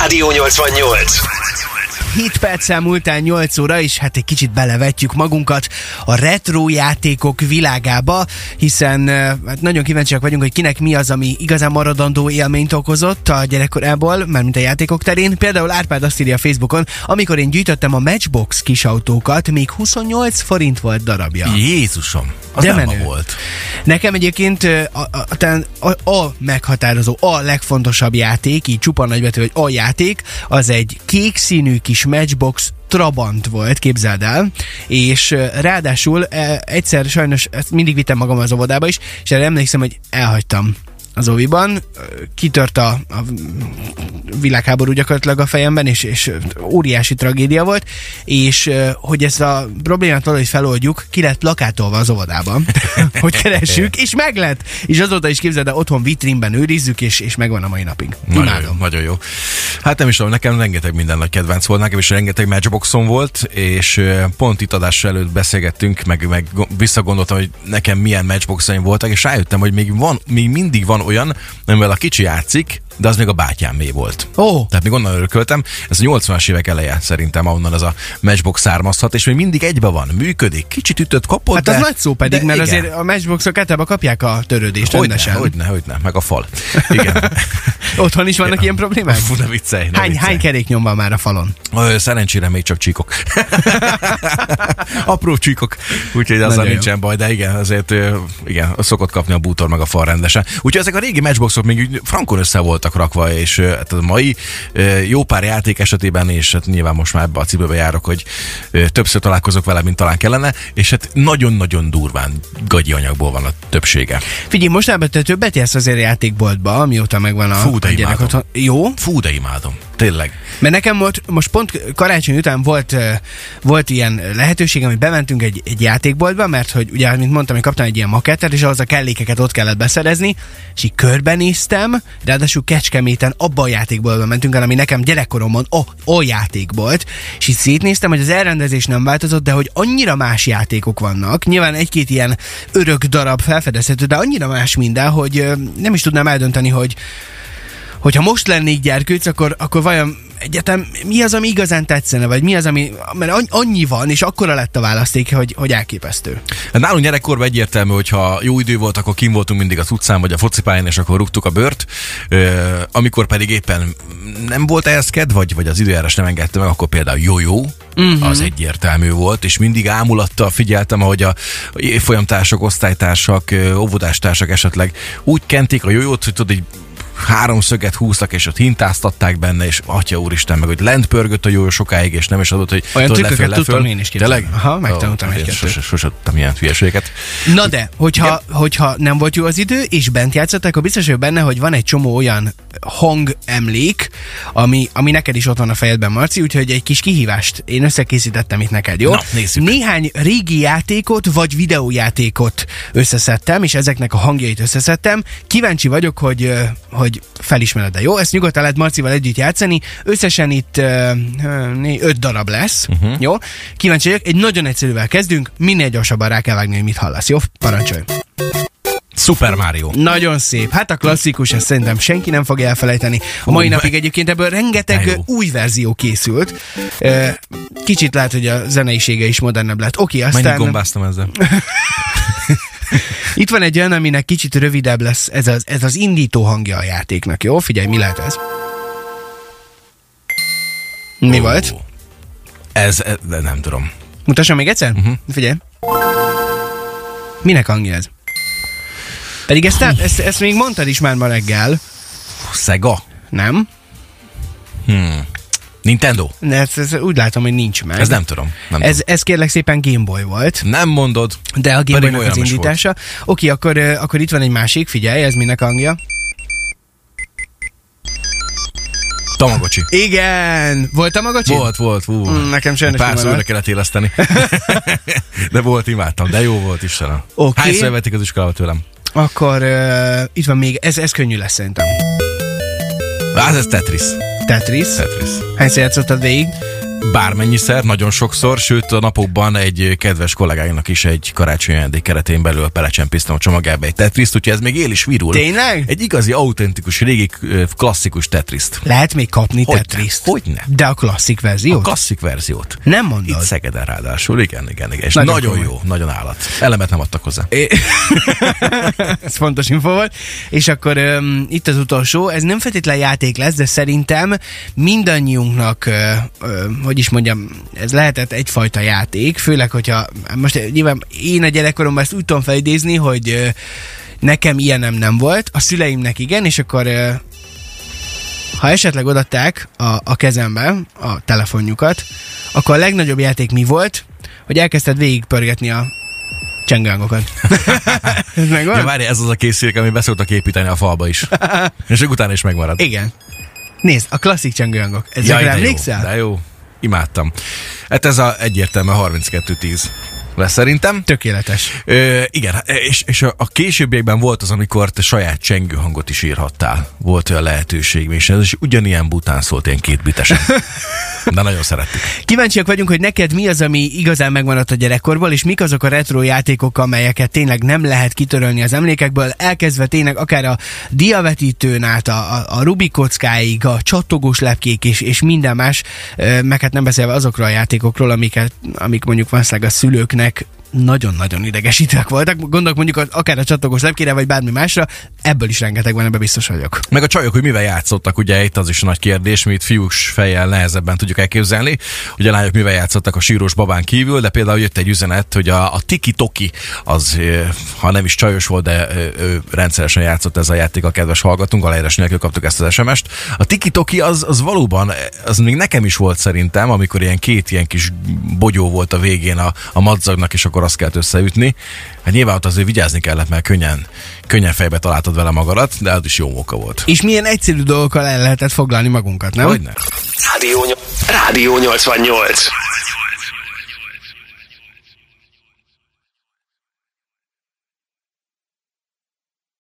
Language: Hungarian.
Rádió 88. 7 perccel múltán 8 óra, és hát egy kicsit belevetjük magunkat a retro játékok világába, hiszen hát nagyon kíváncsiak vagyunk, hogy kinek mi az, ami igazán maradandó élményt okozott a gyerekkorából, mármint a játékok terén. Például Árpád azt írja a Facebookon, amikor én gyűjtöttem a Matchbox kisautókat, még 28 forint volt darabja. Jézusom, az de nem menő volt. Nekem egyébként a meghatározó, a legfontosabb játék, így csupa nagybetű, hogy a játék, az egy kék színű kis Matchbox Trabant volt, képzeld el, és ráadásul egyszer sajnos ezt mindig vittem magam az óvodába is, és erre emlékszem, hogy elhagytam az óviban, kitört a világháború gyakorlatilag a fejemben, és óriási tragédia volt, és hogy ezt a problémát valahogy feloldjuk, ki lett plakátolva az óvodában, hogy keressük, és meg lett! És azóta is képzeld, otthon vitrínben őrizzük, és megvan a mai napig. Imádom. Nagyon jó. Hát nem is tudom, nekem rengeteg minden nagy kedvenc volt, nekem is rengeteg Matchboxom volt, és pont itt adás előtt beszélgettünk, meg visszagondoltam, hogy nekem milyen Matchboxaim voltak, és rájöttem, hogy még mindig van olyan, amivel a kicsi játszik, de az még a bátyámé volt. Tehát még onnan örököltem. Ez a 80-as évek eleje szerintem, ahonnan ez a Matchbox származhat, és még mindig egybe van, működik, kicsit ütött, kapott, hát de... az nagy szó pedig, mert igen. Azért a Matchboxok általában kapják a törődést rendesen. Hogyne, meg a fal. Igen. Otthon is vannak ilyen problémák? Fú, ne viccelj. Hány keréknyom van már a falon? Szerencsére még csak csíkok. Apró csíkok, úgyhogy azzal nincsen baj, de igen, azért igen, szokott kapni a bútor meg a fal rendesen. Úgyhogy ezek a régi Matchboxok még frankon össze voltak rakva, és hát a mai jó pár játék esetében, és hát nyilván most már ebbe a cipőbe járok, hogy többször találkozok vele, mint talán kellene, és hát nagyon-nagyon durván gagyi anyagból van a többsége. Figyelj, mostában te többet jársz azért a mióta megvan a gyerek otthon. Jó? Fú, de imádom. Tényleg. Mert nekem most pont karácsony után volt ilyen lehetőségem, hogy bementünk egy játékboltba, mert hogy ugye, mint mondtam, hogy kaptam egy ilyen makettet, és ahhoz a kellékeket ott kellett beszerezni, és így körbenéztem, ráadásul Kecskeméten abba a játékboltba mentünk el, ami nekem gyerekkoromban a játékbolt, és így szétnéztem, hogy az elrendezés nem változott, de hogy annyira más játékok vannak, nyilván egy-két ilyen örök darab felfedezhető, de annyira más minden, hogy nem is tudnám eldönteni, hogyha most lennék gyerkőc, akkor vajon egyetem mi az, ami igazán tetszene, vagy mi az, ami, mert annyi van, és akkora lett a választék, hogy elképesztő. Nálunk gyerekkorban egyértelmű, hogyha jó idő volt, akkor kim voltunk mindig az utcán, vagy a focipályán, és akkor rúgtuk a bört. Amikor pedig éppen nem volt ehhez kedv, vagy az időjárás nem engedte meg, akkor például jó-jó, az egyértelmű volt, és mindig ámulattal figyeltem, ahogy a évfolyamtársak, osztálytársak, óvodástársak esetleg úgy kenték a jójót, hogy tudod, így 3 szöget húztak, és ott hintáztatták benne, és atya úristen, meg hogy lent pörgött a jó sokáig, és nem is adott, hogy olyan trükköket tudtam én is képzelni. Tényleg? Aha, megtanultam egy-kettőt. Sose tudtam ilyen hülyeségeket. Na de, hogyha nem volt jó az idő, és bent játszották, akkor biztos vagyok benne, hogy van egy csomó olyan hangemlék, ami neked is ott van a fejedben, Marci, úgyhogy egy kis kihívást én összekészítettem itt neked, jó? Na, nézzük. Néhány régi játékot, vagy videójátékot összeszedtem, és ezeknek a hangjait összeszedtem. Kíváncsi vagyok, hogy felismered, de jó? Ezt nyugodtan lehet Marcival együtt játszani. Összesen itt 5 darab lesz. Jó? Kíváncsi vagyok. Egy nagyon egyszerűvel kezdünk. Minél gyorsabban rá kell vágni, hogy mit hallasz. Jó? Parancsolj! Super Mario. Nagyon szép. Hát a klasszikus, ezt szerintem senki nem fog elfelejteni. A mai napig egyébként ebből rengeteg új verzió készült. Kicsit lehet, hogy a zeneisége is modernebb lett. Oké, aztán... Mennyit gombáztam ezzel? Itt van egy olyan, aminek kicsit rövidebb lesz, ez az indító hangja a játéknak, jó? Figyelj, mi lehet ez? Mi volt? Ez nem tudom. Mutassam még egyszer? Figyelj. Minek hangja ez? Pedig ezt még mondtad is már ma reggel. Sega? Nem? Nintendo? Ez úgy látom, hogy nincs meg. Ez nem tudom. Ez kérlek szépen Game Boy volt. Nem mondod. De a Game Boynak az indítása. Oké, akkor itt van egy másik, figyelj, ez minek hangja? Tamagocsi. Igen! Volt Tamagocsi? Volt. Nekem sajnos nem párszor újra kellett éleszteni. De volt, imádtam. De jó volt, Istenem. Okay. Hányszor vették az iskolába tőlem? Akkor itt van még, ez könnyű lesz szerintem. Ez Tetris. Tetris? Hányszor játszottad végig? bármennyiszer, nagyon sokszor, sőt a napokban egy kedves kollégáinak is egy karácsonyi ajándék keretén belül belecsempésztem a csomagjába egy Tetriszt, úgyhogy ez még él is virul. Tényleg? Egy igazi, autentikus, régi, klasszikus Tetriszt. Lehet még kapni Tetriszt? Hogyne? De a klasszik verziót? A klasszik verziót. Nem mondod? Itt Szegeden ráadásul, igen. És nagyon jó, nagyon állat. Elemet nem adtak hozzá. Ez fontos info volt. És akkor itt az utolsó, ez nem feltétlenül játék lesz, de szerintem mindannyiunknak, hogy is mondjam, ez lehetett egyfajta játék, főleg, hogyha most nyilván én a gyerekkoromban ezt úgy tudom felidézni, hogy nekem ilyenem nem volt, a szüleimnek igen, és akkor ha esetleg odaadták a kezembe a telefonjukat, akkor a legnagyobb játék mi volt, hogy elkezdted végigpörgetni a csengőhangokat. Ez megvan? Ja, várj, ez az a készülék, ami beszoktak építeni a falba is. És utána is megmarad. Igen. Nézd, a klasszik csengőhangok. Ezekre emlékszel? De jó. Imádtam. Hát ez a egyértelműen 32-10 lesz szerintem. Tökéletes. Igen, és a későbbiekben volt az, amikor te saját csengőhangot is írhattál. Volt olyan lehetőség, és ez is ugyanilyen bután szólt, ilyen kétbitesen. De nagyon szerettük. Kíváncsiak vagyunk, hogy neked mi az, ami igazán megmaradt a gyerekkorból, és mik azok a retro játékok, amelyeket tényleg nem lehet kitörölni az emlékekből, elkezdve tényleg akár a diavetítőn át, a Rubik kockáig, a csattogós lepkék és minden más, meg hát nem beszélve azokról a játékokról, amik mondjuk valószínűleg a szülőknek nagyon-nagyon idegesítőek voltak. Gondolok mondjuk akár a csattogós lepkére, vagy bármi másra, ebből is rengeteg van, ebben biztos vagyok. Meg a csajok, hogy mivel játszottak, ugye itt az is a nagy kérdés, mi itt fiús fejjel nehezebben tudjuk elképzelni. Ugye a lányok mivel játszottak a sírós babán kívül, de például jött egy üzenet, hogy a Tiki-Toki az, ha nem is csajos volt, de ő rendszeresen játszott ez a játék, a kedves hallgatunk, aláírás nélkül kaptuk ezt az SMS-t. A Tiki-Toki az valóban, az még nekem is volt szerintem, amikor két ilyen kis bogyó volt a végén a madzagnak, és akkor azt kellett összeütni. Hát nyilván ott azért vigyázni kellett, mert könnyen fejbe találtad vele magadat, de az is jó móka volt. És milyen egyszerű dolgokkal el lehetett foglalni magunkat, nem? Hogyne? Rádió 88.